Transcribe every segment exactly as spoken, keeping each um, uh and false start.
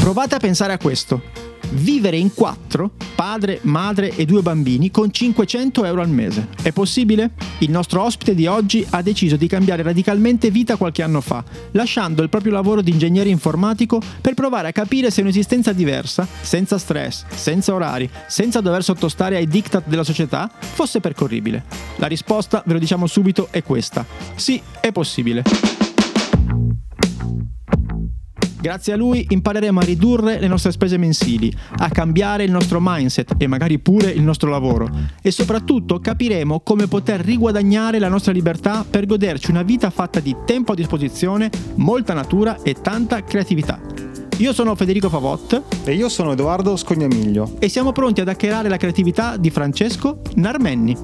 Provate a pensare a questo. Vivere in quattro, padre, madre e due bambini, con cinquecento euro al mese. È possibile? Il nostro ospite di oggi ha deciso di cambiare radicalmente vita qualche anno fa, lasciando il proprio lavoro di ingegnere informatico per provare a capire se un'esistenza diversa, senza stress, senza orari, senza dover sottostare ai diktat della società, fosse percorribile. La risposta, ve lo diciamo subito, è questa. Sì, è possibile. Grazie a lui impareremo a ridurre le nostre spese mensili, a cambiare il nostro mindset e magari pure il nostro lavoro e soprattutto capiremo come poter riguadagnare la nostra libertà per goderci una vita fatta di tempo a disposizione, molta natura e tanta creatività. Io sono Federico Favot e io sono Edoardo Scognamiglio e siamo pronti ad hackerare la creatività di Francesco Narmenni.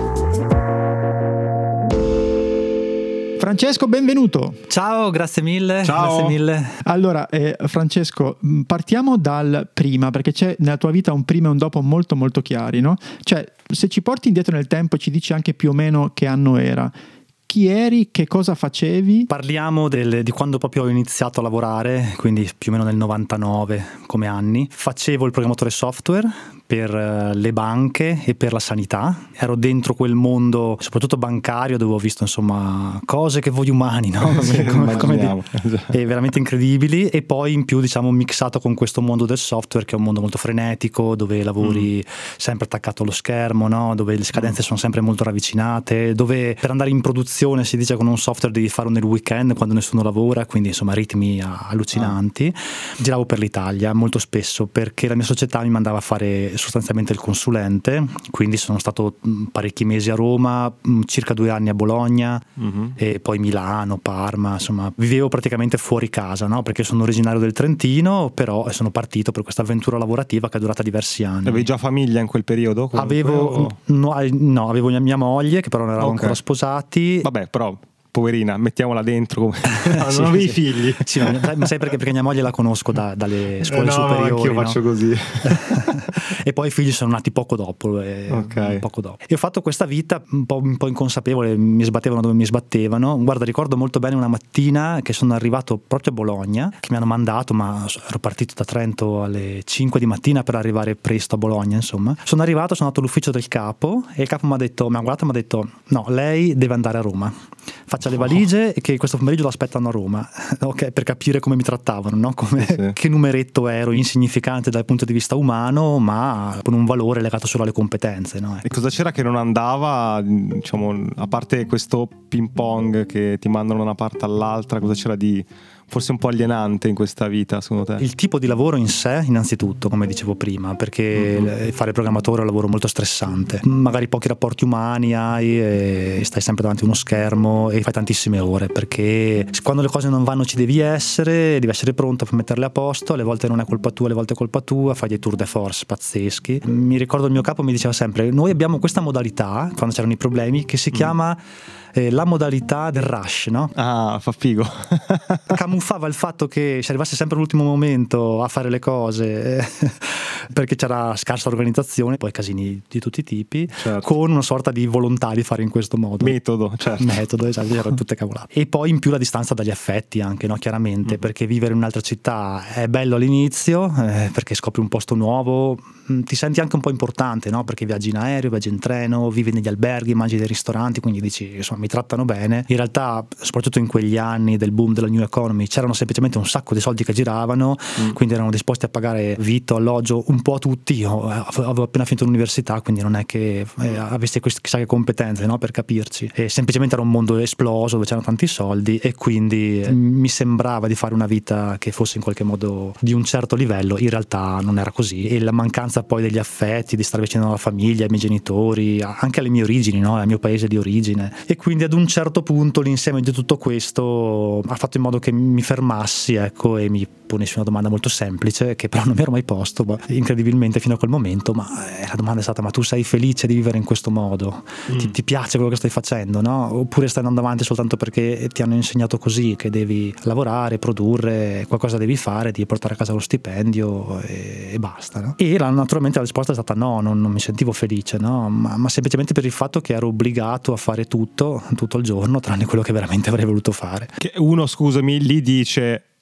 Francesco, benvenuto. Ciao, grazie mille. Ciao. Grazie mille. Allora, eh, Francesco, partiamo dal prima, perché c'è nella tua vita un prima e un dopo molto molto chiari, no? Cioè, se ci porti indietro nel tempo e ci dici anche più o meno che anno era, chi eri, che cosa facevi? Parliamo del, di quando proprio ho iniziato a lavorare, quindi più o meno nel novantanove come anni. Facevo il programmatore software per le banche e per la sanità. Ero dentro quel mondo, soprattutto bancario, dove ho visto insomma cose che voi umani, no? Come, sì, come, come dire, e veramente incredibili. E poi in più diciamo mixato con questo mondo del software, che è un mondo molto frenetico, dove lavori mm. sempre attaccato allo schermo, no? Dove le scadenze mm. sono sempre molto ravvicinate, dove per andare in produzione si dice con un software devi farlo nel weekend quando nessuno lavora, quindi insomma ritmi allucinanti. Ah. Giravo per l'Italia molto spesso perché la mia società mi mandava a fare sostanzialmente il consulente, quindi sono stato parecchi mesi a Roma, circa due anni a Bologna, uh-huh. e poi Milano, Parma, insomma vivevo praticamente fuori casa, no? Perché sono originario del Trentino, però sono partito per questa avventura lavorativa che è durata diversi anni. Avevi già famiglia in quel periodo? Avevo o... no, no, avevo mia, mia moglie, che però non eravamo okay. ancora sposati. Vabbè, però poverina, mettiamola dentro come... no, non avevi sì. figli. Sì, ma sai perché? Perché mia moglie la conosco da, dalle scuole no, superiori. Anch'io no? faccio così. E poi i figli sono nati poco dopo, eh, okay. poco dopo. E ho fatto questa vita un po', un po' inconsapevole, mi sbattevano dove mi sbattevano. Guarda, ricordo molto bene una mattina che sono arrivato proprio a Bologna, che mi hanno mandato, ma ero partito da Trento alle cinque di mattina per arrivare presto a Bologna, insomma. Sono arrivato, sono andato all'ufficio del capo e il capo mi ha detto, mi ha guardato e mi ha detto, no, lei deve andare a Roma. Faccia le valigie e che questo pomeriggio lo aspettano a Roma, ok, per capire come mi trattavano, no? Come, sì. Che numeretto ero, insignificante dal punto di vista umano, ma con un valore legato solo alle competenze, no? E cosa c'era che non andava, diciamo, a parte questo ping pong che ti mandano da una parte all'altra, cosa c'era di forse un po' alienante in questa vita, secondo te? Il tipo di lavoro in sé, innanzitutto, come dicevo prima, perché mm-hmm. fare programmatore è un lavoro molto stressante. Magari pochi rapporti umani hai e stai sempre davanti a uno schermo e fai tantissime ore, perché quando le cose non vanno ci devi essere, devi essere pronto per metterle a posto, alle volte non è colpa tua, alle volte è colpa tua, fai dei tour de force pazzeschi. Mi ricordo il mio capo mi diceva sempre, noi abbiamo questa modalità, quando c'erano i problemi, che si mm. chiama eh, la modalità del rush, no? Ah, fa figo. Camuffava il fatto che si arrivasse sempre all'ultimo momento a fare le cose eh, perché c'era scarsa organizzazione, poi casini di tutti i tipi, certo. Con una sorta di volontà di fare in questo modo. Metodo, certo. Metodo, esatto, c'erano tutte cavolate. E poi in più la distanza dagli affetti anche, no? Chiaramente, mm. perché vivere in un'altra città è bello all'inizio, eh, perché scopri un posto nuovo, mh, ti senti anche un po' importante, no? Perché viaggi in aereo, viaggi in treno, vivi negli alberghi, mangi nei ristoranti, quindi dici, insomma, mi trattano bene. In realtà, soprattutto in quegli anni del boom della new economy, c'erano semplicemente un sacco di soldi che giravano, mm. quindi erano disposti a pagare vitto, alloggio un po' a tutti. Io avevo appena finito l'università, quindi non è che eh, avessi queste chissà che competenze, no? Per capirci, e semplicemente era un mondo esploso dove c'erano tanti soldi e quindi eh, mi sembrava di fare una vita che fosse in qualche modo di un certo livello. In realtà non era così, e la mancanza poi degli affetti, di stare vicino alla famiglia, ai miei genitori, anche alle mie origini, no? Al mio paese di origine, e quindi ad un certo punto l'insieme di tutto questo ha fatto in modo che mi fermassi, ecco, e mi ponessi una domanda molto semplice che però non mi ero mai posto, ma incredibilmente fino a quel momento, ma la domanda è stata: ma tu sei felice di vivere in questo modo? Mm. Ti, ti piace quello che stai facendo, no? Oppure stai andando avanti soltanto perché ti hanno insegnato così, che devi lavorare, produrre, qualcosa devi fare, devi portare a casa lo stipendio e, e basta, no? E la, naturalmente la risposta è stata no, non, non mi sentivo felice, no? Ma, ma semplicemente per il fatto che ero obbligato a fare tutto, tutto il giorno, tranne quello che veramente avrei voluto fare. Che uno, scusami, lì dice: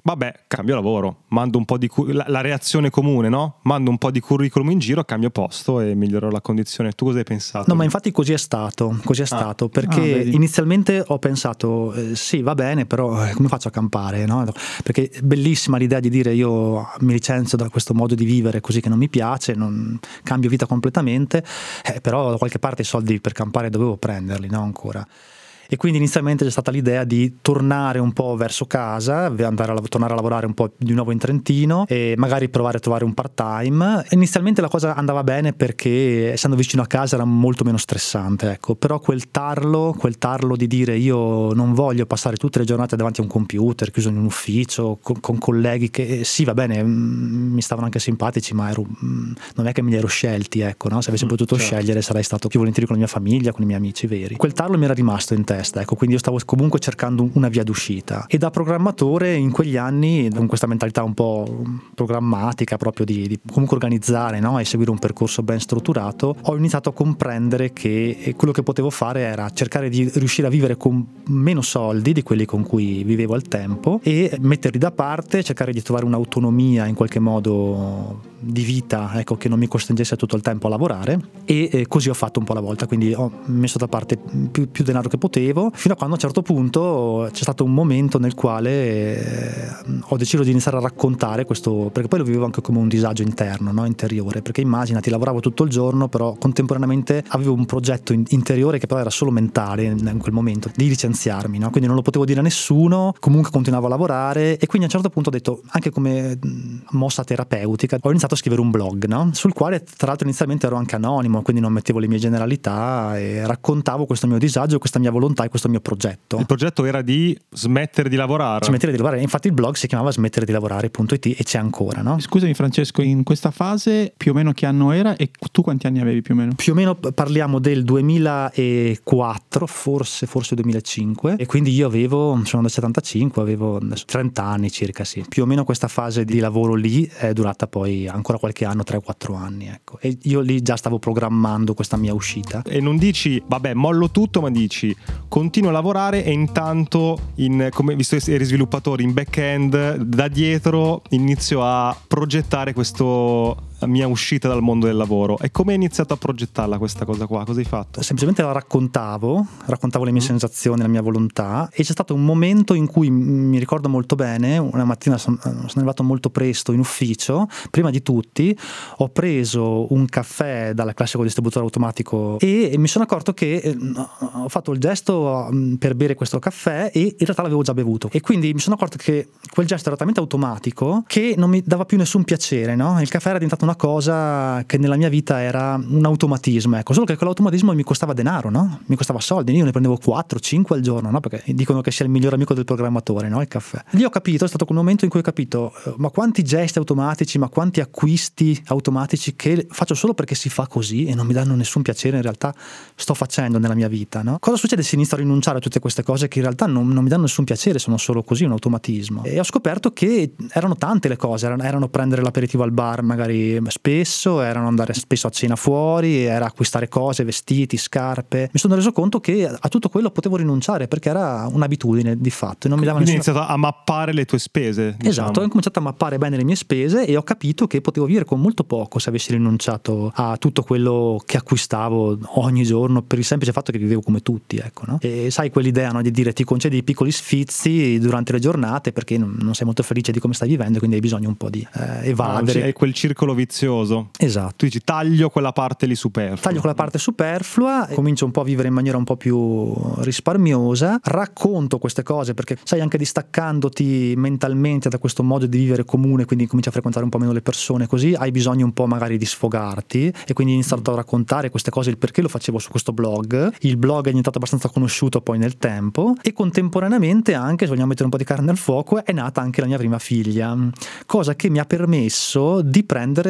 vabbè, cambio lavoro, mando un po' di cu- la, la reazione comune, no? Mando un po' di curriculum in giro, cambio posto e migliorerò la condizione. Tu cosa hai pensato? No, ma infatti così è stato, così è ah. stato, perché ah, inizialmente ho pensato eh, sì, va bene, però eh, come faccio a campare, no? Perché è bellissima l'idea di dire io mi licenzio da questo modo di vivere così che non mi piace, non cambio vita completamente, eh, però da qualche parte i soldi per campare dovevo prenderli, no, ancora. E quindi inizialmente c'è stata l'idea di tornare un po' verso casa, andare a, tornare a lavorare un po' di nuovo in Trentino e magari provare a trovare un part time. Inizialmente la cosa andava bene perché essendo vicino a casa era molto meno stressante, ecco. Però quel tarlo, quel tarlo di dire io non voglio passare tutte le giornate davanti a un computer, chiuso in un ufficio, con, con colleghi che sì va bene, mh, mi stavano anche simpatici, ma ero, mh, non è che me li ero scelti, ecco, no? Se avessi potuto certo. scegliere sarei stato più volentieri con la mia famiglia, con i miei amici veri. Quel tarlo mi era rimasto in testa. Ecco, quindi io stavo comunque cercando una via d'uscita e da programmatore in quegli anni, con questa mentalità un po' programmatica proprio di, di comunque organizzare, no? E seguire un percorso ben strutturato, ho iniziato a comprendere che quello che potevo fare era cercare di riuscire a vivere con meno soldi di quelli con cui vivevo al tempo e metterli da parte, cercare di trovare un'autonomia in qualche modo di vita, ecco, che non mi costringesse tutto il tempo a lavorare e eh, così ho fatto un po' alla volta, quindi ho messo da parte più, più denaro che potevo, fino a quando a un certo punto c'è stato un momento nel quale eh, ho deciso di iniziare a raccontare questo, perché poi lo vivevo anche come un disagio interno, no? Interiore, perché immaginati, lavoravo tutto il giorno, però contemporaneamente avevo un progetto in- interiore che però era solo mentale in, in quel momento, di licenziarmi, no? Quindi non lo potevo dire a nessuno, comunque continuavo a lavorare e quindi a un certo punto ho detto, anche come mossa terapeutica, ho iniziato a scrivere un blog, no? Sul quale tra l'altro inizialmente ero anche anonimo, quindi non mettevo le mie generalità e raccontavo questo mio disagio, questa mia volontà e questo mio progetto. Il progetto era di smettere di lavorare. Smettere di lavorare, infatti il blog si chiamava smettere di lavorare punto it e c'è ancora, no? Scusami Francesco, in questa fase più o meno che anno era e tu quanti anni avevi più o meno? Più o meno parliamo del duemilaquattro, forse forse duemilacinque, e quindi io avevo, sono del settantacinque, avevo trenta anni circa, sì. Più o meno questa fase di lavoro lì è durata poi ancora qualche anno, tre quattro anni, ecco. E io lì già stavo programmando questa mia uscita. E non dici, vabbè, mollo tutto, ma dici continuo a lavorare e intanto, in, come visto che eri sviluppatore in back-end, da dietro inizio a progettare questo mia uscita dal mondo del lavoro. E come hai iniziato a progettarla questa cosa qua? Cosa hai fatto? Semplicemente la raccontavo, raccontavo le mie mm. sensazioni, la mia volontà, e c'è stato un momento in cui mi ricordo molto bene, una mattina sono, sono arrivato molto presto in ufficio, prima di tutti ho preso un caffè dal classico distributore automatico e mi sono accorto che eh, ho fatto il gesto per bere questo caffè e in realtà l'avevo già bevuto, e quindi mi sono accorto che quel gesto era talmente automatico che non mi dava più nessun piacere, no? Il caffè era diventato una cosa che nella mia vita era un automatismo, ecco, solo che quell'automatismo mi costava denaro, no? Mi costava soldi, io ne prendevo quattro cinque al giorno, no? Perché dicono che sia il migliore amico del programmatore, no? Il caffè. Lì ho capito, è stato quel momento in cui ho capito, ma quanti gesti automatici, ma quanti acquisti automatici che faccio solo perché si fa così e non mi danno nessun piacere in realtà sto facendo nella mia vita, no? Cosa succede se inizio a rinunciare a tutte queste cose che in realtà non, non mi danno nessun piacere, sono solo così un automatismo? E ho scoperto che erano tante le cose, erano, erano prendere l'aperitivo al bar magari spesso, erano andare spesso a cena fuori, era acquistare cose, vestiti, scarpe. Mi sono reso conto che a tutto quello potevo rinunciare perché era un'abitudine di fatto e non mi dava Quindi nessuna... hai iniziato a mappare le tue spese, diciamo. Esatto, ho cominciato a mappare bene le mie spese e ho capito che potevo vivere con molto poco se avessi rinunciato a tutto quello che acquistavo ogni giorno per il semplice fatto che vivevo come tutti, ecco, no? E sai quell'idea, no, di dire ti concedi piccoli sfizi durante le giornate perché non sei molto felice di come stai vivendo, quindi hai bisogno un po' di eh, evadere. Ah, è quel circolo vizioso. Esatto. Tu dici taglio quella parte lì superflua. Taglio quella parte superflua, comincio un po' a vivere in maniera un po' più risparmiosa, racconto queste cose perché sai, anche distaccandoti mentalmente da questo modo di vivere comune, quindi cominci a frequentare un po' meno le persone, così hai bisogno un po' magari di sfogarti e quindi ho iniziato a raccontare queste cose, il perché lo facevo su questo blog. Il blog è diventato abbastanza conosciuto poi nel tempo e contemporaneamente anche, se vogliamo mettere un po' di carne al fuoco, è nata anche la mia prima figlia, cosa che mi ha permesso di prendere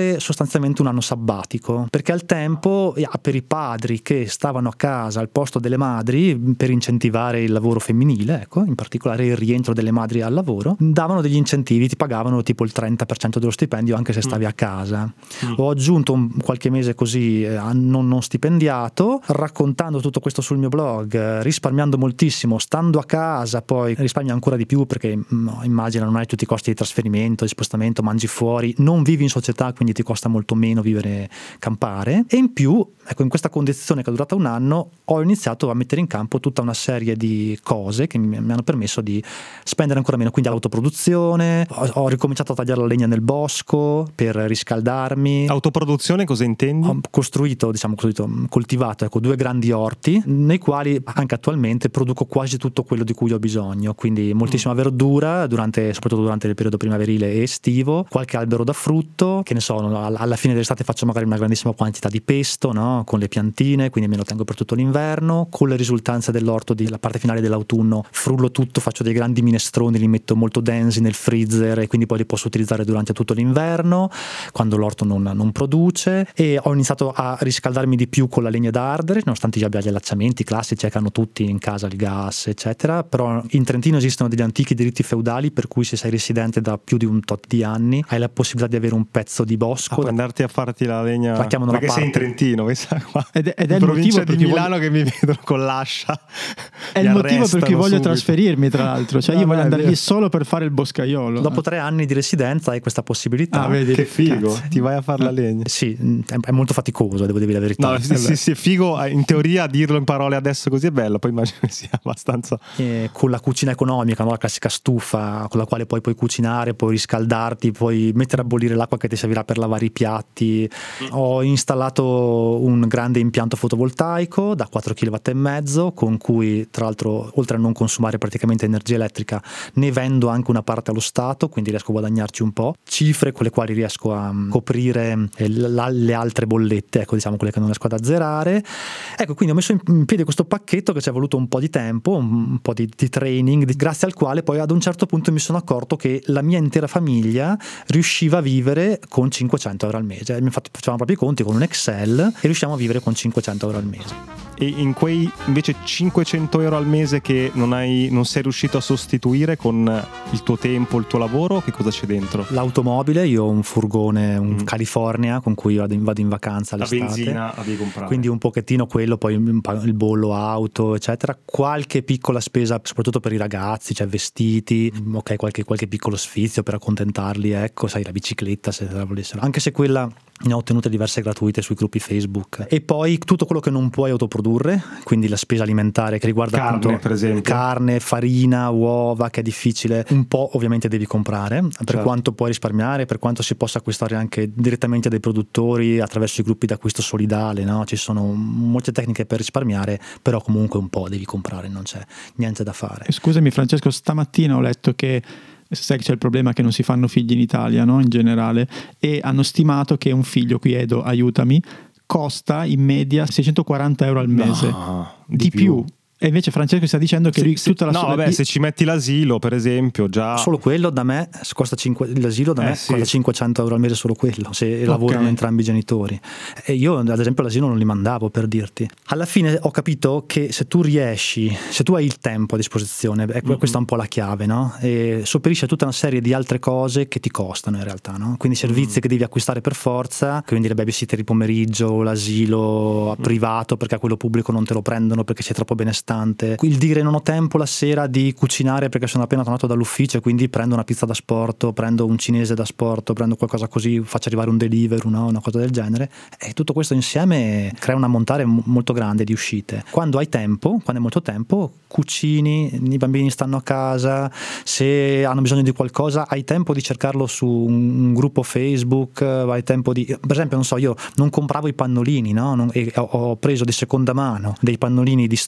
fare sostanzialmente un anno sabbatico, perché al tempo per i padri che stavano a casa al posto delle madri, per incentivare il lavoro femminile, ecco, in particolare il rientro delle madri al lavoro, davano degli incentivi, ti pagavano tipo il trenta per cento dello stipendio anche se stavi mm. a casa. Mm. Ho aggiunto un, qualche mese così eh, non, non stipendiato, raccontando tutto questo sul mio blog, eh, risparmiando moltissimo, stando a casa, poi risparmio ancora di più perché no, immagina, non hai tutti i costi di trasferimento, di spostamento, mangi fuori, non vivi in società, quindi ti costa molto meno vivere, campare, e in più, ecco, in questa condizione che è durata un anno ho iniziato a mettere in campo tutta una serie di cose che mi, mi hanno permesso di spendere ancora meno, quindi l'autoproduzione, ho, ho ricominciato a tagliare la legna nel bosco per riscaldarmi. Autoproduzione cosa intendi? Ho costruito, diciamo costruito, coltivato ecco, due grandi orti nei quali anche attualmente produco quasi tutto quello di cui ho bisogno, quindi moltissima mm. verdura, durante, soprattutto durante il periodo primaverile e estivo, qualche albero da frutto, che ne so, alla fine dell'estate faccio magari una grandissima quantità di pesto, no? Con le piantine, quindi me lo tengo per tutto l'inverno, con le risultanze dell'orto della parte finale dell'autunno frullo tutto, faccio dei grandi minestroni, li metto molto densi nel freezer e quindi poi li posso utilizzare durante tutto l'inverno quando l'orto non, non produce, e ho iniziato a riscaldarmi di più con la legna da ardere, nonostante io abbia gli allacciamenti classici che hanno tutti in casa il gas eccetera, però in Trentino esistono degli antichi diritti feudali per cui se sei residente da più di un tot di anni hai la possibilità di avere un pezzo di bosco, ah, puoi andarti a farti la legna, la chiamano perché la sei in Trentino qua. ed è, ed è in il provincia motivo di Milano voglio... che mi vedono con l'ascia è il motivo per cui voglio subito. trasferirmi, tra l'altro, cioè no, io voglio andare lì solo per fare il boscaiolo. Dopo tre anni di residenza hai questa possibilità. Ah, vedi, che figo, cazzo. Ti vai a fare la legna. Sì, è molto faticoso, devo dire la verità. No, sì, sì, sì, è figo in teoria, dirlo in parole adesso così è bello, poi immagino che sia abbastanza e con la cucina economica, no? La classica stufa con la quale poi puoi cucinare, puoi riscaldarti, puoi mettere a bollire l'acqua che ti servirà per lavare i piatti. Ho installato un grande impianto fotovoltaico da quattro chilowatt e mezzo con cui tra l'altro oltre a non consumare praticamente energia elettrica ne vendo anche una parte allo Stato, quindi riesco a guadagnarci un po', cifre con le quali riesco a coprire la, le altre bollette, ecco, diciamo quelle che non riesco ad azzerare. Ecco, quindi ho messo in piedi questo pacchetto che ci è voluto un po' di tempo, un po' di, di training, di, grazie al quale poi ad un certo punto mi sono accorto che la mia intera famiglia riusciva a vivere con cinquecento euro al mese. Infatti facevamo proprio i conti con un Excel e riusciamo a vivere con cinquecento euro al mese. E in quei invece cinquecento euro al mese che non hai, non sei riuscito a sostituire con il tuo tempo, il tuo lavoro, che cosa c'è dentro? L'automobile, io ho un furgone, un mm. California con cui vado in, vado in vacanza l'estate. La benzina la devi comprare. Quindi un pochettino quello, poi il bollo auto eccetera, qualche piccola spesa soprattutto per i ragazzi, cioè vestiti, ok, qualche, qualche piccolo sfizio per accontentarli, ecco, sai, la bicicletta se la volessero, anche se quella ne ho ottenute diverse gratuite sui gruppi Facebook. E poi tutto quello che non puoi autoprodurre, quindi la spesa alimentare che riguarda carne, appunto per esempio. Carne, farina, uova, che è difficile, un po' ovviamente devi comprare, per certo. Quanto puoi risparmiare, per quanto si possa acquistare anche direttamente dai produttori attraverso i gruppi d'acquisto solidale, no? Ci sono molte tecniche per risparmiare, però comunque un po' devi comprare, non c'è niente da fare. Scusami Francesco, stamattina ho letto che sai che c'è il problema che non si fanno figli in Italia, no? In generale, e hanno stimato che un figlio, qui Edo aiutami, costa in media seicentoquaranta euro al mese, no, di, di più. più. E invece Francesco sta dicendo che se, lui tutta la no sua vabbè, se ci metti l'asilo per esempio già solo quello da me costa cinque, l'asilo da eh, me sì. costa cinquecento euro al mese, solo quello, se okay. Lavorano entrambi i genitori, e io ad esempio l'asilo non li mandavo, per dirti. Alla fine ho capito che se tu riesci, se tu hai il tempo a disposizione, ecco, mm-hmm. questa è un po' la chiave, no? E sopperisci a tutta una serie di altre cose che ti costano in realtà, no? Quindi servizi mm-hmm. che devi acquistare per forza, quindi le babysitter il pomeriggio, l'asilo mm-hmm. privato perché a quello pubblico non te lo prendono perché sei troppo benestante, il dire non ho tempo la sera di cucinare perché sono appena tornato dall'ufficio e quindi prendo una pizza da sporto, prendo un cinese da sporto, prendo qualcosa così, faccio arrivare un Deliveroo, no? Una cosa del genere, e tutto questo insieme crea un ammontare molto grande di uscite. Quando hai tempo, quando hai molto tempo, cucini, i bambini stanno a casa, se hanno bisogno di qualcosa hai tempo di cercarlo su un gruppo Facebook, hai tempo di, per esempio non so, io non compravo i pannolini, no? Non, e ho preso di seconda mano dei pannolini di stoffa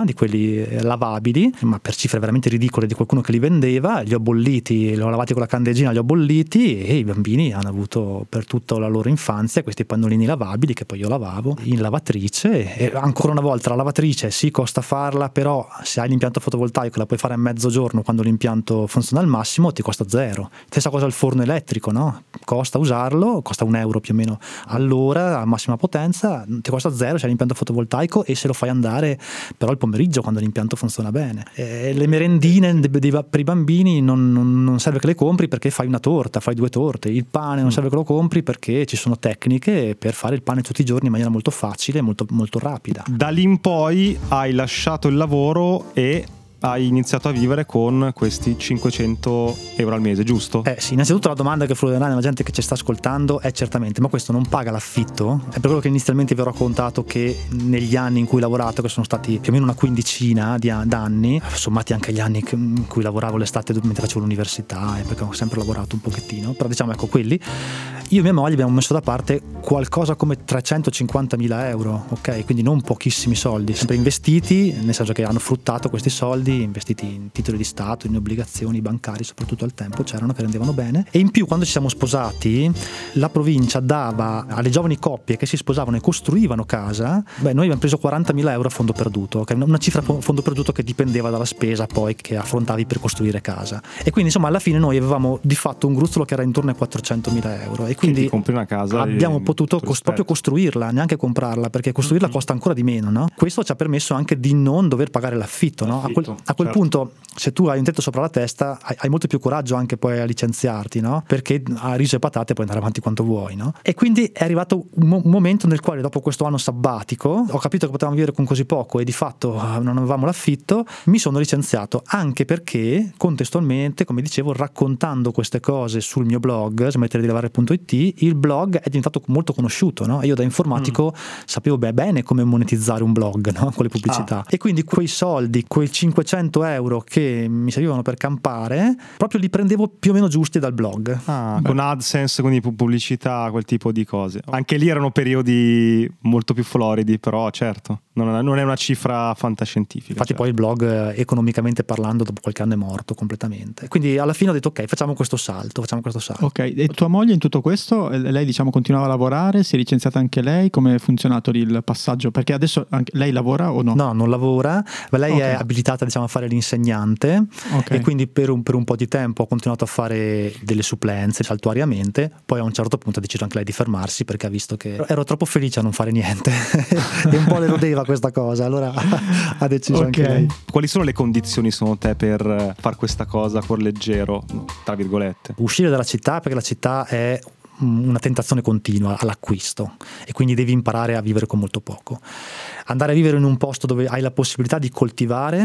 stampa, di quelli lavabili, ma per cifre veramente ridicole, di qualcuno che li vendeva. Li ho bolliti, li ho lavati con la candeggina, li ho bolliti, e i bambini hanno avuto per tutta la loro infanzia questi pannolini lavabili che poi io lavavo in lavatrice. E ancora una volta, la lavatrice sì, costa farla, però se hai l'impianto fotovoltaico la puoi fare a mezzogiorno quando l'impianto funziona al massimo, ti costa zero. Stessa cosa il forno elettrico, no? Costa usarlo, costa un euro più o meno all'ora a massima potenza, ti costa zero se hai l'impianto fotovoltaico e se lo fai andare però il pomeriggio quando l'impianto funziona bene. E le merendine per i bambini non, non, non serve che le compri perché fai una torta, fai due torte. Il pane non serve che lo compri perché ci sono tecniche per fare il pane tutti i giorni in maniera molto facile, molto, molto rapida. Da lì in poi hai lasciato il lavoro e hai iniziato a vivere con questi cinquecento euro al mese, giusto? Eh sì, innanzitutto la domanda che fluirà nella gente che ci sta ascoltando è certamente: ma questo non paga l'affitto? È per quello che inizialmente vi ho raccontato che negli anni in cui ho lavorato, che sono stati più o meno una quindicina di anni, sommati anche gli anni in cui lavoravo l'estate mentre facevo l'università, e perché ho sempre lavorato un pochettino, però diciamo ecco quelli, io e mia moglie abbiamo messo da parte qualcosa come trecentocinquantamila euro, ok? Quindi non pochissimi soldi, sempre investiti, nel senso che hanno fruttato questi soldi, investiti in titoli di Stato, in obbligazioni bancari, soprattutto al tempo c'erano che rendevano bene. E in più, quando ci siamo sposati, la provincia dava alle giovani coppie che si sposavano e costruivano casa, beh, noi abbiamo preso quarantamila euro a fondo perduto, che è una cifra a fondo perduto che dipendeva dalla spesa poi che affrontavi per costruire casa. E quindi insomma alla fine noi avevamo di fatto un gruzzolo che era intorno ai quattrocentomila euro, e quindi compri una casa abbiamo e potuto cos- proprio costruirla, neanche comprarla, perché costruirla mm-hmm. costa ancora di meno, no? Questo ci ha permesso anche di non dover pagare l'affitto, no? A quel, a quel certo. punto, se tu hai un tetto sopra la testa, hai, hai molto più coraggio anche poi a licenziarti, no? Perché a riso e patate puoi andare avanti quanto vuoi, no? E quindi è arrivato un, mo- un momento nel quale, dopo questo anno sabbatico, ho capito che potevamo vivere con così poco e di fatto non avevamo l'affitto, mi sono licenziato, anche perché contestualmente, come dicevo, raccontando queste cose sul mio blog smettere di lavare punto it, il blog è diventato molto conosciuto, no? Io da informatico mm. sapevo beh, bene come monetizzare un blog, no? Con le pubblicità, ah. e quindi quei soldi, quei cinquecento euro che mi servivano per campare, proprio li prendevo più o meno giusti dal blog. Ah, con AdSense, quindi pubblicità, quel tipo di cose. Anche lì erano periodi molto più floridi, però certo, non è una cifra fantascientifica. Infatti certo. Poi il blog, economicamente parlando, dopo qualche anno è morto completamente. Quindi alla fine ho detto ok, facciamo questo salto, facciamo questo salto. Ok, e tua moglie in tutto questo, lei diciamo continuava a lavorare, si è licenziata anche lei, come è funzionato il passaggio? Perché adesso anche lei lavora o no? No, non lavora, ma lei okay. è abilitata diciamo a fare l'insegnante, okay. e quindi per un, per un po' di tempo ha continuato a fare delle supplenze saltuariamente, poi a un certo punto ha deciso anche lei di fermarsi perché ha visto che ero troppo felice a non fare niente e un po' le rodeva questa cosa, allora ha deciso okay. anche lei. Quali sono le condizioni secondo te per far questa cosa a cuor leggero, tra virgolette? Uscire dalla città, perché la città è una tentazione continua all'acquisto e quindi devi imparare a vivere con molto poco. Andare a vivere in un posto dove hai la possibilità di coltivare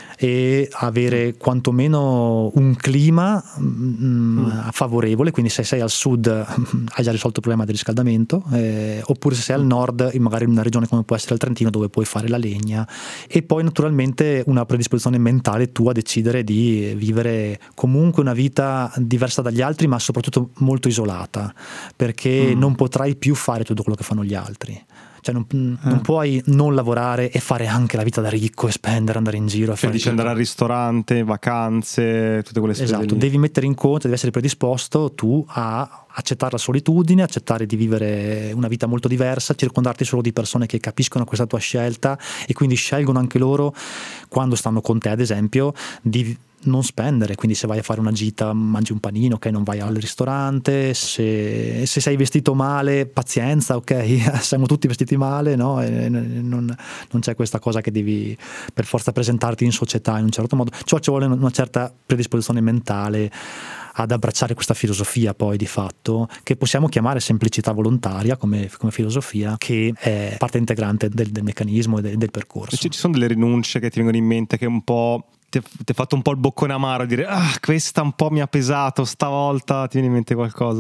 e avere quantomeno un clima mh, favorevole, quindi se sei al sud hai già risolto il problema del riscaldamento, eh, oppure se sei al nord, magari in una regione come può essere il Trentino, dove puoi fare la legna, e poi naturalmente una predisposizione mentale tua a decidere di vivere comunque una vita diversa dagli altri, ma soprattutto molto isolata, perché mm. non potrai più fare tutto quello che fanno gli altri. Cioè non, eh. non puoi non lavorare e fare anche la vita da ricco e spendere, andare in giro. Cioè dici andare al ristorante, vacanze, tutte quelle spese. Esatto, lì. Devi mettere in conto, devi essere predisposto tu a accettare la solitudine, accettare di vivere una vita molto diversa, circondarti solo di persone che capiscono questa tua scelta e quindi scelgono anche loro, quando stanno con te ad esempio, di non spendere. Quindi se vai a fare una gita mangi un panino, ok, non vai al ristorante, se, se sei vestito male pazienza, ok, siamo tutti vestiti male, no? E non, non c'è questa cosa che devi per forza presentarti in società in un certo modo, ciò ci vuole una certa predisposizione mentale ad abbracciare questa filosofia poi di fatto, che possiamo chiamare semplicità volontaria come, come filosofia, che è parte integrante del, del meccanismo e del, del percorso. Ci sono delle rinunce che ti vengono in mente che un po' ti ha fatto un po' il boccone amaro a dire ah questa un po' mi ha pesato stavolta, ti viene in mente qualcosa?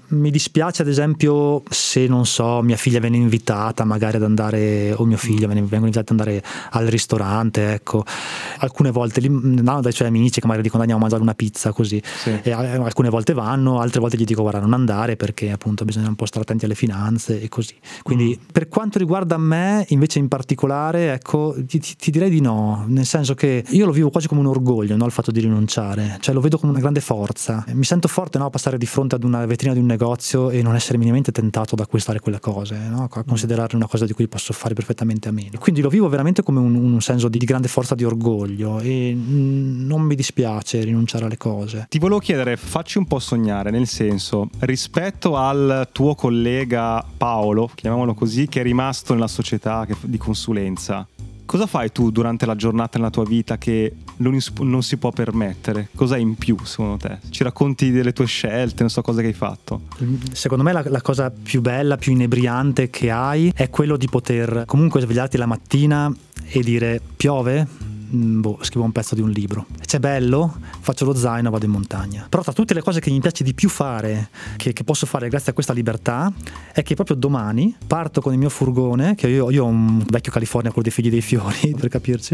Mi dispiace ad esempio se, non so, mia figlia viene invitata magari ad andare, o mio figlio viene, vengono invitati ad andare al ristorante, ecco. Alcune volte li no, dai suoi amici che magari dicono andiamo a mangiare una pizza così, sì. E alcune volte vanno, altre volte gli dico guarda non andare perché appunto bisogna un po' stare attenti alle finanze e così. Quindi mm. per quanto riguarda me invece in particolare, ecco, ti, ti, ti direi di no, nel senso che io lo vivo quasi come un orgoglio, no, il fatto di rinunciare, cioè lo vedo come una grande forza. Mi sento forte, no, a passare di fronte ad una vetrina di un negozio e non essere minimamente tentato ad acquistare quelle cose, no? A considerarle una cosa di cui posso fare perfettamente a meno. Quindi lo vivo veramente come un, un senso di, di grande forza, di orgoglio, e mh, non mi dispiace rinunciare alle cose. Ti volevo chiedere, facci un po' sognare, nel senso, rispetto al tuo collega Paolo, chiamiamolo così, che è rimasto nella società di consulenza, cosa fai tu durante la giornata nella tua vita che non, non si può permettere? Cosa hai in più secondo te? Ci racconti delle tue scelte, non so, cose che hai fatto? Secondo me la, la cosa più bella, più inebriante che hai è quello di poter comunque svegliarti la mattina e dire piove? Boh, scrivo un pezzo di un libro. C'è bello, faccio lo zaino, vado in montagna. Però tra tutte le cose che mi piace di più fare, che, che posso fare grazie a questa libertà, è che proprio domani parto con il mio furgone, che io, io ho un vecchio California, quello dei figli dei fiori per capirci,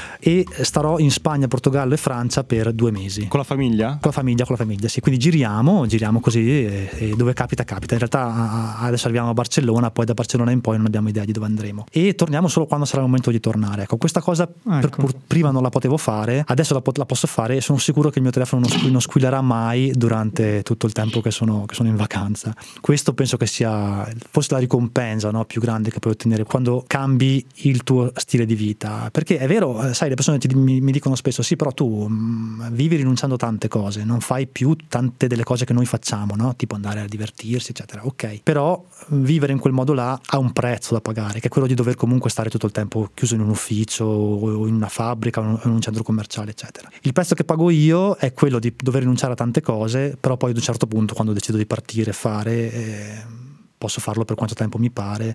e starò in Spagna, Portogallo e Francia per due mesi. Con la famiglia? Con la famiglia, con la famiglia, sì. Quindi giriamo, giriamo così e, e dove capita capita. In realtà adesso arriviamo a Barcellona, poi da Barcellona in poi non abbiamo idea di dove andremo. E torniamo solo quando sarà il momento di tornare. Ecco, questa cosa ecco. per, pur, prima non la potevo fare, adesso la, la posso fare e sono sicuro che il mio telefono non, squ- non squillerà mai durante tutto il tempo che sono, che sono in vacanza. Questo penso che sia forse la ricompensa, no, più grande che puoi ottenere quando cambi il tuo stile di vita, perché è vero, sai, le persone ti, mi, mi dicono spesso sì, però tu mh, vivi rinunciando a tante cose, non fai più tante delle cose che noi facciamo, no? Tipo andare a divertirsi eccetera, ok, però vivere in quel modo là ha un prezzo da pagare, che è quello di dover comunque stare tutto il tempo chiuso in un ufficio o in una fabbrica o in un centro commerciale eccetera. Il prezzo che pago io è quello di dover rinunciare a tante cose, però poi ad un certo punto quando decido di partire e fare eh, posso farlo per quanto tempo mi pare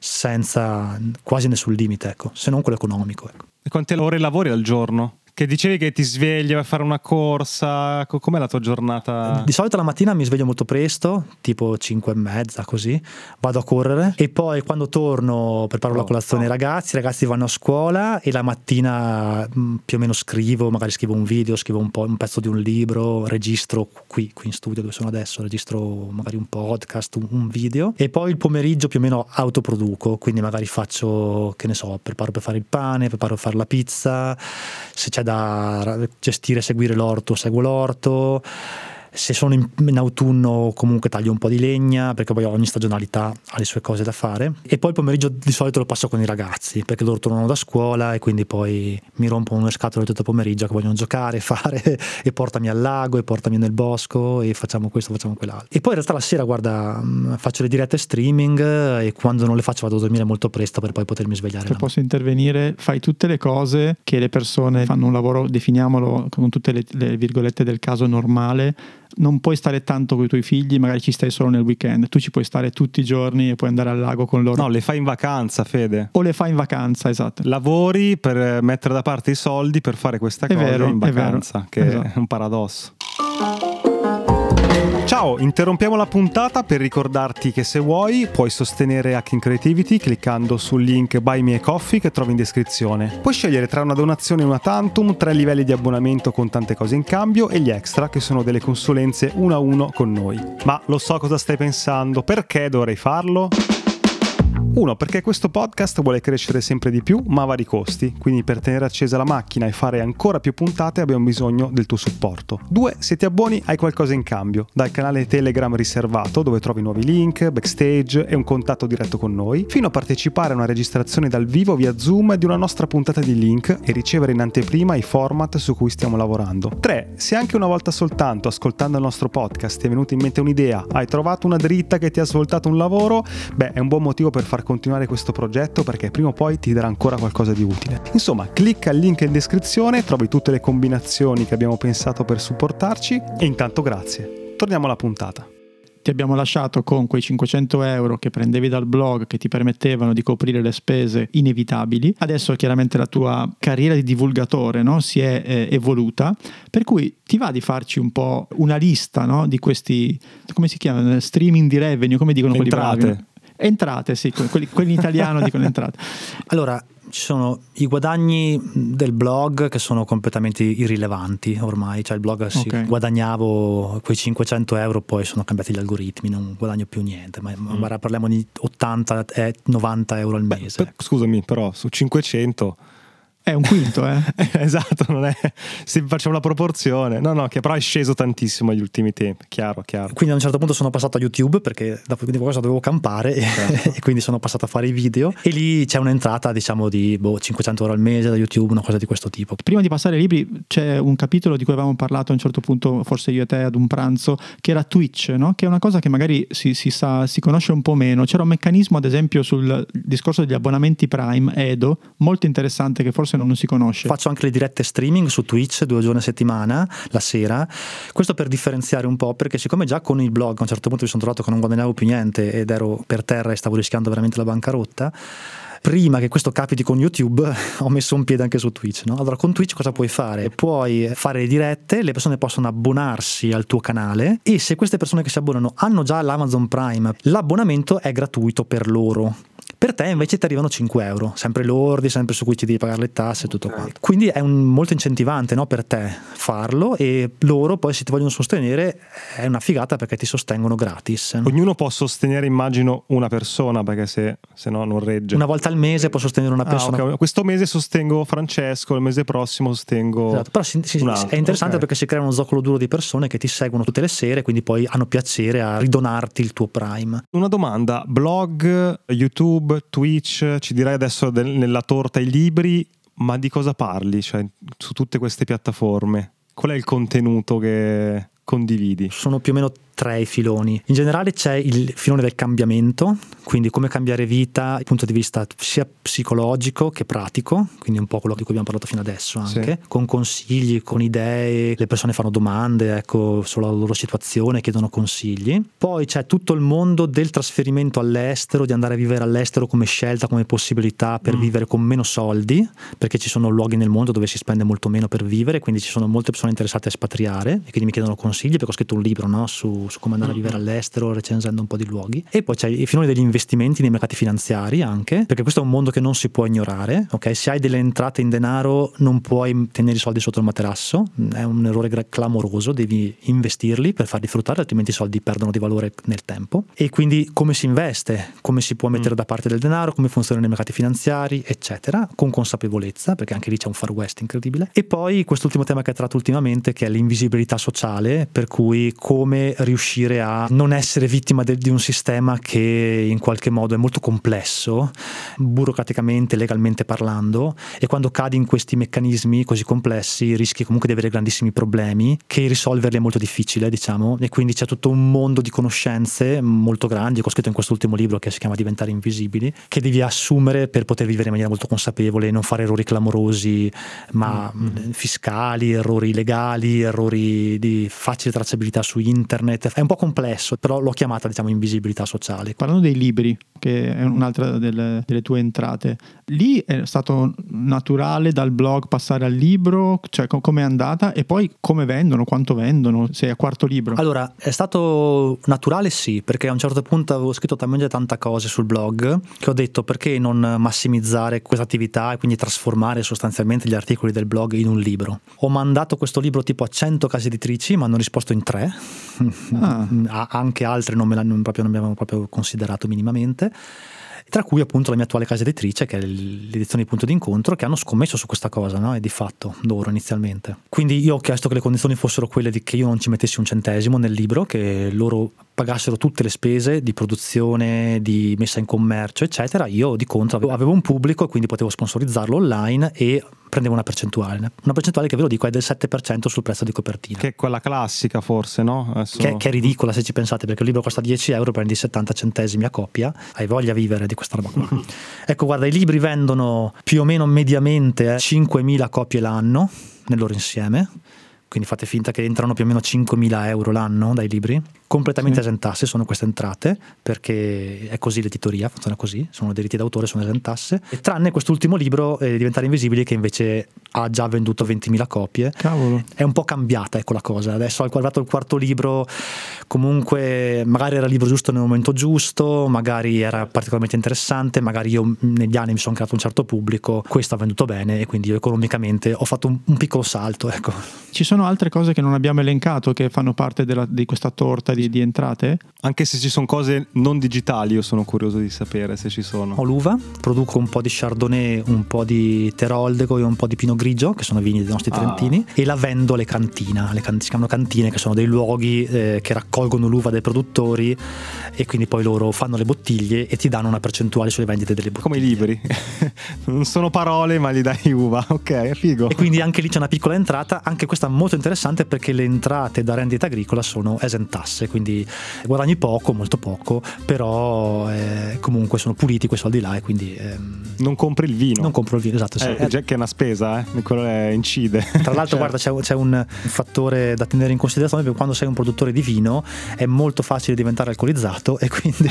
senza quasi nessun limite, ecco, se non quello economico, ecco. E quante ore lavori al giorno? Che dicevi che ti svegli, vai a fare una corsa, com'è la tua giornata? Di solito la mattina mi sveglio molto presto, tipo cinque e mezza così, vado a correre e poi quando torno preparo oh, la colazione ai oh. ragazzi, i ragazzi vanno a scuola e la mattina mh, più o meno scrivo, magari scrivo un video, scrivo un, po', un pezzo di un libro, registro qui, qui in studio dove sono adesso, registro magari un podcast, un, un video e poi il pomeriggio più o meno autoproduco, quindi magari faccio, che ne so, preparo per fare il pane, preparo per fare la pizza, se c'è da gestire, seguire l'orto, seguo l'orto. Se sono in, in autunno comunque taglio un po' di legna, perché poi ogni stagionalità ha le sue cose da fare. E poi il pomeriggio di solito lo passo con i ragazzi, perché loro tornano da scuola e quindi poi mi rompono le scatole tutto il pomeriggio che vogliono giocare, fare, e portami al lago e portami nel bosco e facciamo questo, facciamo quell'altro. E poi in realtà la sera, guarda, faccio le dirette streaming e quando non le faccio vado a dormire molto presto per poi potermi svegliare. Se posso intervenire, fai tutte le cose che le persone fanno, un lavoro, definiamolo con tutte le, le virgolette del caso normale. Non puoi stare tanto con i tuoi figli, magari ci stai solo nel weekend, tu ci puoi stare tutti i giorni e puoi andare al lago con loro. No, le fai in vacanza, Fede. O le fai in vacanza, esatto. Lavori per mettere da parte i soldi per fare questa è cosa vero, in vacanza, che esatto. È un paradosso. Ciao, interrompiamo la puntata per ricordarti che se vuoi puoi sostenere Hacking Creativity cliccando sul link Buy Me a Coffee che trovi in descrizione. Puoi scegliere tra una donazione e una tantum, tre livelli di abbonamento con tante cose in cambio e gli extra che sono delle consulenze uno a uno con noi. Ma lo so cosa stai pensando, perché dovrei farlo? Uno, perché questo podcast vuole crescere sempre di più, ma a vari costi, quindi per tenere accesa la macchina e fare ancora più puntate abbiamo bisogno del tuo supporto. Due, se ti abboni hai qualcosa in cambio, dal canale Telegram riservato dove trovi nuovi link, backstage e un contatto diretto con noi, fino a partecipare a una registrazione dal vivo via Zoom di una nostra puntata di Link e ricevere in anteprima i format su cui stiamo lavorando. Tre, se anche una volta soltanto ascoltando il nostro podcast ti è venuta in mente un'idea, hai trovato una dritta che ti ha svoltato un lavoro, beh, è un buon motivo per far continuare questo progetto perché prima o poi ti darà ancora qualcosa di utile. Insomma, clicca il link in descrizione, trovi tutte le combinazioni che abbiamo pensato per supportarci e intanto grazie. Torniamo alla puntata. ti abbiamo lasciato con quei cinquecento euro che prendevi dal blog, che ti permettevano di coprire le spese inevitabili. Adesso chiaramente la tua carriera di divulgatore, no, si è eh, evoluta, per cui ti va di farci un po' una lista, no, di questi, come si chiamano, streaming di revenue, come dicono quelli bravi? Entrate. Entrate, sì, quelli, quelli in italiano dicono entrate. Allora, ci sono i guadagni del blog che sono completamente irrilevanti ormai, cioè il blog sì, okay. guadagnavo quei cinquecento euro, poi sono cambiati gli algoritmi, non guadagno più niente, ma mm. parliamo di ottanta novanta euro al mese. Beh, per, scusami, però su cinquecento è un quinto, eh? Esatto, non è, se facciamo la proporzione, no, no, che però è sceso tantissimo negli ultimi tempi, chiaro, chiaro. Quindi a un certo punto sono passato a YouTube perché dopo di cosa dovevo campare certo. e quindi sono passato a fare i video e lì c'è un'entrata, diciamo, di boh, cinquecento euro al mese da YouTube, una cosa di questo tipo. Prima di passare ai libri c'è un capitolo di cui avevamo parlato a un certo punto, forse io e te ad un pranzo, che era Twitch, no? Che è una cosa che magari si, si sa, si conosce un po' meno. C'era un meccanismo, ad esempio, sul discorso degli abbonamenti Prime, Edo, molto interessante, che forse non si conosce. Faccio anche le dirette streaming su Twitch due giorni a settimana, la sera, questo per differenziare un po', perché siccome già con il blog a un certo punto mi sono trovato che non guadagnavo più niente ed ero per terra e stavo rischiando veramente la bancarotta, prima che questo capiti con YouTube ho messo un piede anche su Twitch, no? Allora con Twitch cosa puoi fare? Puoi fare le dirette, le persone possono abbonarsi al tuo canale e se queste persone che si abbonano hanno già l'Amazon Prime, l'abbonamento è gratuito per loro. Per te invece ti arrivano cinque euro, sempre lordi, sempre su cui ci devi pagare le tasse e tutto okay. quanto. Quindi è un, molto incentivante, no, per te farlo e loro poi se ti vogliono sostenere è una figata perché ti sostengono gratis. Ognuno può sostenere, immagino, una persona perché se, se no non regge. Una volta al mese può sostenere una persona. Ah, okay. Questo mese sostengo Francesco, il mese prossimo sostengo esatto. Però si, si, è interessante okay. perché si crea uno zoccolo duro di persone che ti seguono tutte le sere, quindi poi hanno piacere a ridonarti il tuo Prime. Una domanda, blog, YouTube, Twitch, ci dirai adesso del, nella torta i libri, ma di cosa parli? Cioè, su tutte queste piattaforme, qual è il contenuto che condividi? Sono più o meno tre i filoni. In generale c'è il filone del cambiamento, quindi come cambiare vita dal punto di vista sia psicologico che pratico, quindi un po' quello di cui abbiamo parlato fino adesso anche, sì. con consigli, con idee, le persone fanno domande, ecco, sulla loro situazione, chiedono consigli. Poi c'è tutto il mondo del trasferimento all'estero, di andare a vivere all'estero come scelta, come possibilità per mm. vivere con meno soldi, perché ci sono luoghi nel mondo dove si spende molto meno per vivere, quindi ci sono molte persone interessate a espatriare e quindi mi chiedono consigli perché ho scritto un libro, no, su su come andare a vivere all'estero, recensendo un po' di luoghi. E poi c'è il filone degli investimenti nei mercati finanziari anche, perché questo è un mondo che non si può ignorare, ok? Se hai delle entrate in denaro non puoi tenere i soldi sotto il materasso, è un errore clamoroso, devi investirli per farli fruttare, altrimenti i soldi perdono di valore nel tempo. E quindi come si investe, come si può mettere mm. da parte del denaro, come funzionano i mercati finanziari, eccetera, con consapevolezza, perché anche lì c'è un far west incredibile. E poi quest'ultimo tema che hai trattato ultimamente, che è l'invisibilità sociale, per cui come riuscire a non essere vittima de- di un sistema che in qualche modo è molto complesso, burocraticamente, legalmente parlando, e quando cadi in questi meccanismi così complessi rischi comunque di avere grandissimi problemi, che risolverli è molto difficile, diciamo, e quindi c'è tutto un mondo di conoscenze molto grandi che ho scritto in quest'ultimo libro che si chiama Diventare Invisibili, che devi assumere per poter vivere in maniera molto consapevole, non fare errori clamorosi, ma mm-hmm. fiscali, errori legali, errori di facile tracciabilità su internet. È un po' complesso, però l'ho chiamata, diciamo, invisibilità sociale. Parlando dei libri, che è un'altra delle, delle tue entrate, lì è stato naturale dal blog passare al libro, cioè com- come è andata e poi come vendono, quanto vendono, sei a quarto libro? Allora, è stato naturale sì, perché a un certo punto avevo scritto talmente tanta cose sul blog che ho detto perché non massimizzare questa attività e quindi trasformare sostanzialmente gli articoli del blog in un libro. Ho mandato questo libro tipo a cento case editrici, ma hanno risposto in tre. Ah. Anche altre non me l'hanno proprio, non mi avevano proprio considerato minimamente, tra cui appunto la mia attuale casa editrice, che è l'edizione di Punto d'incontro, che hanno scommesso su questa cosa, no? E di fatto loro inizialmente. Quindi io ho chiesto che le condizioni fossero quelle di che io non ci mettessi un centesimo nel libro, che loro pagassero tutte le spese di produzione, di messa in commercio, eccetera. Io di contro avevo un pubblico e quindi potevo sponsorizzarlo online e prendevo una percentuale. Una percentuale che ve lo dico è del sette per cento sul prezzo di copertina. Che è quella classica forse, no? Adesso... Che, che è ridicola se ci pensate, perché il libro costa dieci euro, prendi settanta centesimi a copia, hai voglia di vivere di questa roba qua. Ecco, guarda, i libri vendono più o meno mediamente cinquemila copie l'anno nel loro insieme, quindi fate finta che entrano più o meno cinquemila euro l'anno dai libri, completamente sì. esentasse sono queste entrate, perché è così l'editoria, funziona così, sono diritti d'autore, sono esentasse, e tranne quest'ultimo libro, eh, Diventare invisibili, che invece ha già venduto ventimila copie. Cavolo. È un po' cambiata, ecco, la cosa. Adesso è arrivato il quarto libro, comunque magari era il libro giusto nel momento giusto, magari era particolarmente interessante, magari io negli anni mi sono creato un certo pubblico, questo ha venduto bene e quindi io economicamente ho fatto un, un piccolo salto, ecco. Ci sono altre cose che non abbiamo elencato che fanno parte della, di questa torta di, di entrate? Anche se ci sono cose non digitali, io sono curioso di sapere se ci sono. Ho l'uva, produco un po' di Chardonnay, un po' di Teroldego e un po' di Pinot Grigio, che sono vini dei nostri Ah. trentini, e la vendo alle cantina, le can- si chiamano cantine, che sono dei luoghi eh, che raccolgono l'uva dai produttori e quindi poi loro fanno le bottiglie e ti danno una percentuale sulle vendite delle bottiglie. Come i libri. Non sono parole, ma gli dai uva. Ok, è figo. E quindi anche lì c'è una piccola entrata, anche questa molto interessante, perché le entrate da rendita agricola sono esentasse, quindi guadagni poco, molto poco, però eh, comunque sono puliti quei soldi là e quindi ehm, Non compri il vino. non compro il vino, esatto. Sì. Eh, già che è una spesa, eh. Quello è, incide. Tra l'altro, Cioè, guarda, c'è, c'è un fattore da tenere in considerazione, perché quando sei un produttore di vino è molto facile diventare alcolizzato e quindi,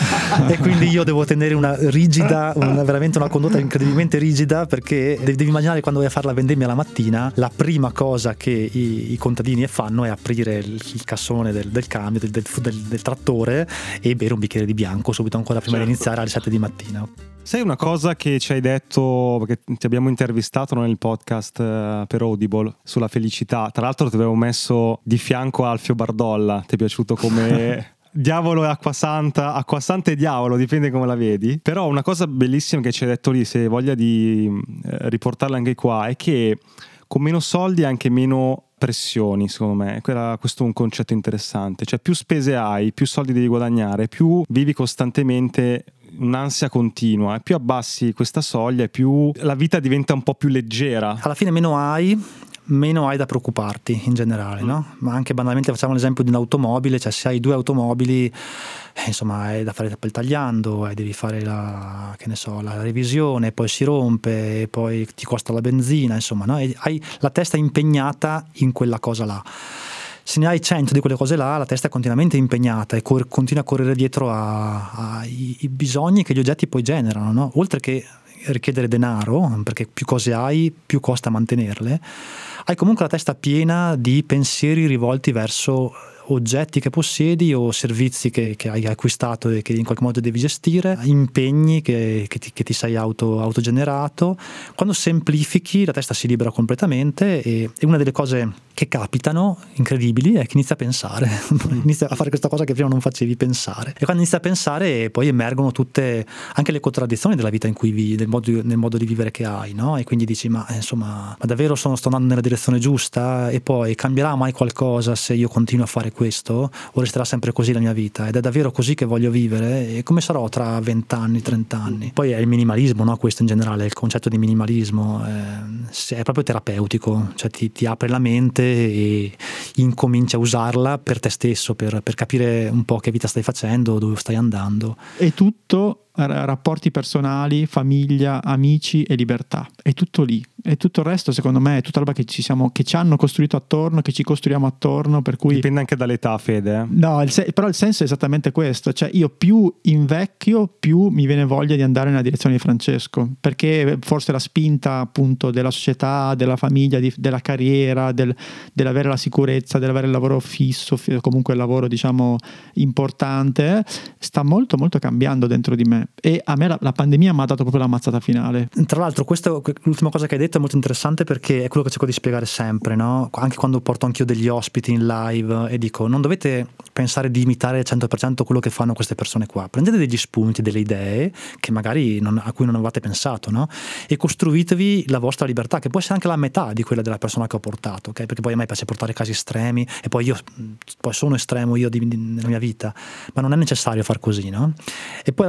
e quindi io devo tenere una rigida, una, veramente una condotta incredibilmente rigida, perché devi, devi immaginare quando vai a fare la vendemmia la mattina, la prima cosa che i, i contadini fanno è aprire il, il cassone del, del cambio, del, del, del, del trattore e bere un bicchiere di bianco subito ancora prima certo. di iniziare alle sette di mattina. Sai una cosa che ci hai detto, perché ti abbiamo intervistato nel podcast uh, per Audible sulla felicità, tra l'altro ti avevo messo di fianco Alfio Bardolla, ti è piaciuto come diavolo e acqua santa, acqua santa e diavolo, dipende come la vedi, però una cosa bellissima che ci hai detto lì, se hai voglia di eh, riportarla anche qua, è che con meno soldi anche meno pressioni, secondo me. Questo è un concetto interessante, cioè più spese hai, più soldi devi guadagnare, più vivi costantemente un'ansia continua, e più abbassi questa soglia e più la vita diventa un po' più leggera. Alla fine meno hai, meno hai da preoccuparti in generale, no? Ma anche banalmente facciamo l'esempio di un'automobile, cioè se hai due automobili, eh, insomma hai da fare il tagliando, e devi fare la, che ne so, la revisione, poi si rompe, e poi ti costa la benzina, insomma, no? E hai la testa impegnata in quella cosa là. Se ne hai cento di quelle cose là, la testa è continuamente impegnata e cor- continua a correre dietro ai bisogni che gli oggetti poi generano, no? Oltre che richiedere denaro, perché più cose hai, più costa mantenerle, hai comunque la testa piena di pensieri rivolti verso oggetti che possiedi o servizi che, che hai acquistato e che in qualche modo devi gestire, impegni che, che, ti, che ti sei auto, autogenerato. Quando semplifichi la testa si libera completamente, e, e una delle cose che capitano incredibili è che inizia a pensare inizia a fare questa cosa che prima non facevi, pensare, e quando inizia a pensare poi emergono tutte anche le contraddizioni della vita in cui vivi, nel modo, nel modo di vivere che hai, no? E quindi dici ma insomma, ma davvero sono, sto andando nella direzione giusta? E poi cambierà mai qualcosa se io continuo a fare questo, o resterà sempre così la mia vita? Ed è davvero così che voglio vivere? E come sarò tra vent'anni, trent'anni? Poi è il minimalismo, no? Questo in generale, il concetto di minimalismo eh, è proprio terapeutico, cioè ti, ti apre la mente e incominci a usarla per te stesso, per, per capire un po' che vita stai facendo, dove stai andando. E tutto rapporti personali, famiglia, amici e libertà, è tutto lì, e tutto il resto secondo me è tutta roba che ci siamo, che ci hanno costruito attorno, che ci costruiamo attorno, per cui dipende anche dall'età, Fede, eh? no, il se- però il senso è esattamente questo, cioè io più invecchio più mi viene voglia di andare nella direzione di Francesco, perché forse la spinta appunto della società, della famiglia, di, della carriera, del, dell'avere la sicurezza, dell'avere il lavoro fisso, comunque il lavoro diciamo importante, sta molto molto cambiando dentro di me. E a me la, la pandemia mi ha dato proprio la mazzata finale. Tra l'altro questa, l'ultima cosa che hai detto è molto interessante, perché è quello che cerco di spiegare sempre, no? Anche quando porto anch'io degli ospiti in live e dico non dovete pensare di imitare al cento per cento quello che fanno queste persone qua, prendete degli spunti, delle idee che magari non, a cui non avevate pensato, no? E costruitevi la vostra libertà, che può essere anche la metà di quella della persona che ho portato, okay? Perché poi a me piace portare casi estremi e poi io poi sono estremo io di, di, nella mia vita, ma non è necessario far così, no? E poi l'altra cosa interessante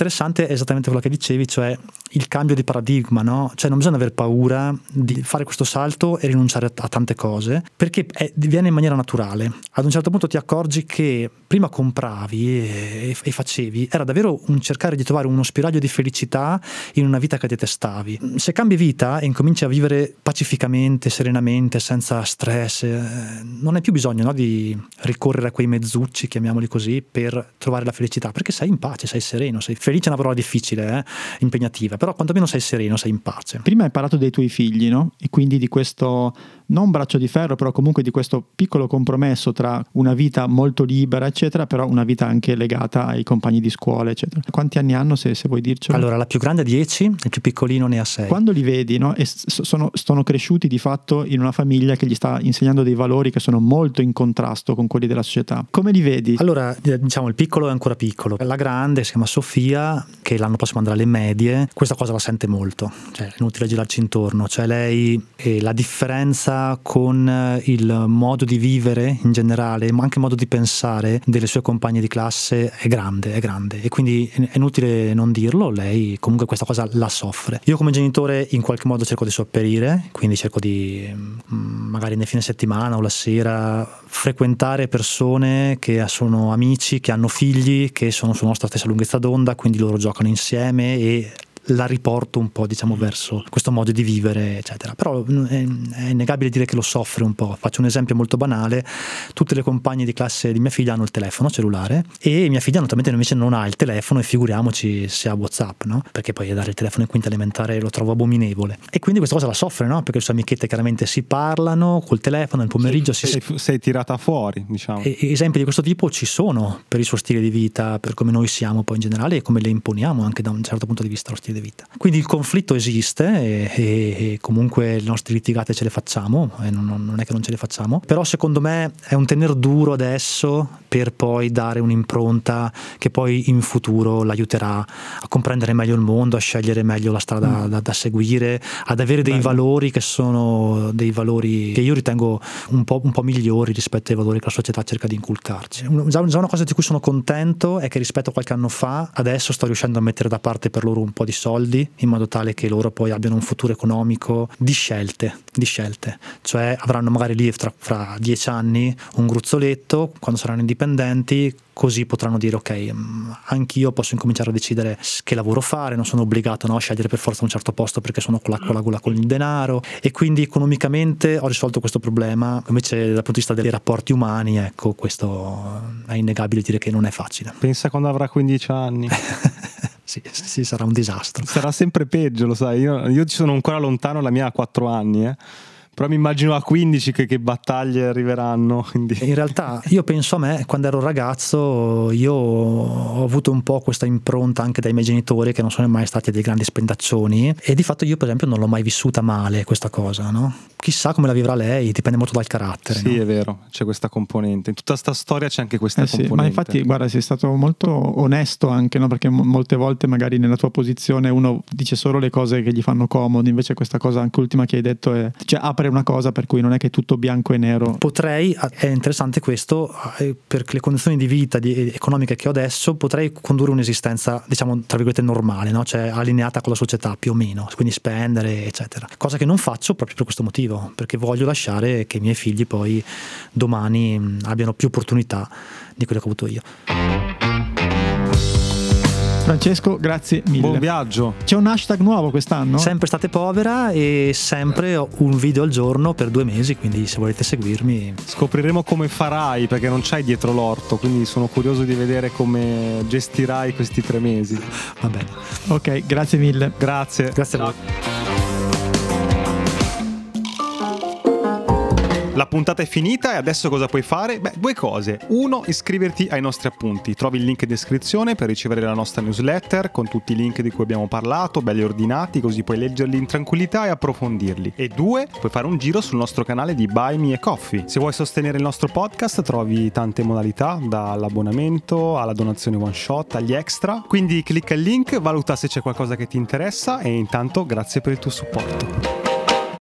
interessante è esattamente quello che dicevi, cioè il cambio di paradigma, no? Cioè non bisogna aver paura di fare questo salto e rinunciare a, a tante cose, perché è, viene in maniera naturale. Ad un certo punto ti accorgi che prima compravi e, e facevi, era davvero un cercare di trovare uno spiraglio di felicità in una vita che detestavi. Se cambi vita e incominci a vivere pacificamente, serenamente, senza stress, eh, non hai più bisogno, no, di ricorrere a quei mezzucci, chiamiamoli così, per trovare la felicità, perché sei in pace, sei sereno, sei felice, è una parola difficile, eh, impegnativa, però quantomeno sei sereno, sei in pace. Prima hai parlato dei tuoi figli, no? E quindi di questo, non braccio di ferro, però comunque di questo piccolo compromesso tra una vita molto libera, eccetera, però una vita anche legata ai compagni di scuola, eccetera. Quanti anni hanno, se, se vuoi dircelo? Allora, la più grande ha dieci, il più piccolino ne ha sei. Quando li vedi, no? E sono, sono cresciuti di fatto in una famiglia che gli sta insegnando dei valori che sono molto in contrasto con quelli della società. Come li vedi? Allora, diciamo, il piccolo è ancora piccolo. La grande si chiama Sofia, che l'anno prossimo andrà alle medie. Questa cosa la sente molto, cioè è inutile girarci intorno. Cioè lei, eh, la differenza con il modo di vivere in generale, ma anche il modo di pensare delle sue compagne di classe è grande, è grande. E quindi è inutile non dirlo, lei comunque questa cosa la soffre. Io come genitore in qualche modo cerco di sopperire, quindi cerco di magari nel fine settimana o la sera frequentare persone che sono amici, che hanno figli, che sono sulla nostra stessa lunghezza d'onda, quindi loro giocano insieme e la riporto un po', diciamo, verso questo modo di vivere, eccetera. Però è, è innegabile dire che lo soffre un po'. Faccio un esempio molto banale: tutte le compagne di classe di mia figlia hanno il telefono cellulare e mia figlia naturalmente invece non ha il telefono, e figuriamoci se ha WhatsApp, no? Perché poi dare il telefono in quinta elementare lo trovo abominevole, e quindi questa cosa la soffre, no? Perché le sue amichette chiaramente si parlano col telefono nel pomeriggio. Sei, si... sei, sei tirata fuori, diciamo. E, esempi di questo tipo ci sono per il suo stile di vita, per come noi siamo poi in generale e come le imponiamo anche da un certo punto di vista lo stile di vita. Quindi il conflitto esiste e, e, e comunque le nostre litigate ce le facciamo, e non, non è che non ce le facciamo, però secondo me è un tener duro adesso per poi dare un'impronta che poi in futuro l'aiuterà a comprendere meglio il mondo, a scegliere meglio la strada mm. da, da seguire, ad avere dei Beh. valori che sono dei valori che io ritengo un po', un po' migliori rispetto ai valori che la società cerca di inculcarci. Già una cosa di cui sono contento è che rispetto a qualche anno fa adesso sto riuscendo a mettere da parte per loro un po' di soldi, in modo tale che loro poi abbiano un futuro economico di scelte, di scelte. Cioè avranno magari lì fra, fra dieci anni un gruzzoletto, quando saranno indipendenti, così potranno dire ok, anch'io posso incominciare a decidere che lavoro fare, non sono obbligato, no, a scegliere per forza un certo posto perché sono con la, con la gola con il denaro, e quindi economicamente ho risolto questo problema. Invece dal punto di vista dei rapporti umani, ecco, questo è innegabile dire che non è facile. Pensa quando avrà quindici anni. Sì, sì, sarà un disastro. Sarà sempre peggio, lo sai. Io, io ci sono ancora lontano, la mia ha quattro anni, eh. Però mi immagino a quindici che, che battaglie arriveranno. Quindi. In realtà io penso a me, quando ero ragazzo io ho avuto un po' questa impronta anche dai miei genitori, che non sono mai stati dei grandi spendaccioni, e di fatto io per esempio non l'ho mai vissuta male questa cosa, no? Chissà come la vivrà lei, dipende molto dal carattere. Sì, no? È vero, c'è questa componente. In tutta sta storia c'è anche questa eh sì, componente. Ma infatti guarda, sei stato molto onesto anche, no? Perché molte volte magari nella tua posizione uno dice solo le cose che gli fanno comodo, invece questa cosa anche ultima che hai detto è, cioè apre una cosa per cui non è che è tutto bianco e nero. Potrei, è interessante questo, per le condizioni di vita di, economiche che ho adesso, potrei condurre un'esistenza, diciamo, tra virgolette normale, no? Cioè allineata con la società più o meno, quindi spendere eccetera, cosa che non faccio proprio per questo motivo, perché voglio lasciare che i miei figli poi domani abbiano più opportunità di quello che ho avuto io. Francesco, grazie mille. Buon viaggio. C'è un hashtag nuovo quest'anno? Sempre State Povera, e sempre un video al giorno per due mesi, quindi se volete seguirmi. Scopriremo come farai, perché non c'hai dietro l'orto, quindi sono curioso di vedere come gestirai questi tre mesi. Va bene. Ok, grazie mille. Grazie. Grazie a voi. La puntata è finita e adesso cosa puoi fare? Beh, due cose. Uno, iscriverti ai nostri appunti. Trovi il link in descrizione per ricevere la nostra newsletter con tutti i link di cui abbiamo parlato, belli ordinati, così puoi leggerli in tranquillità e approfondirli. E due, puoi fare un giro sul nostro canale di Buy Me a Coffee. Se vuoi sostenere il nostro podcast trovi tante modalità, dall'abbonamento alla donazione one shot agli extra. Quindi clicca il link, valuta se c'è qualcosa che ti interessa e intanto grazie per il tuo supporto.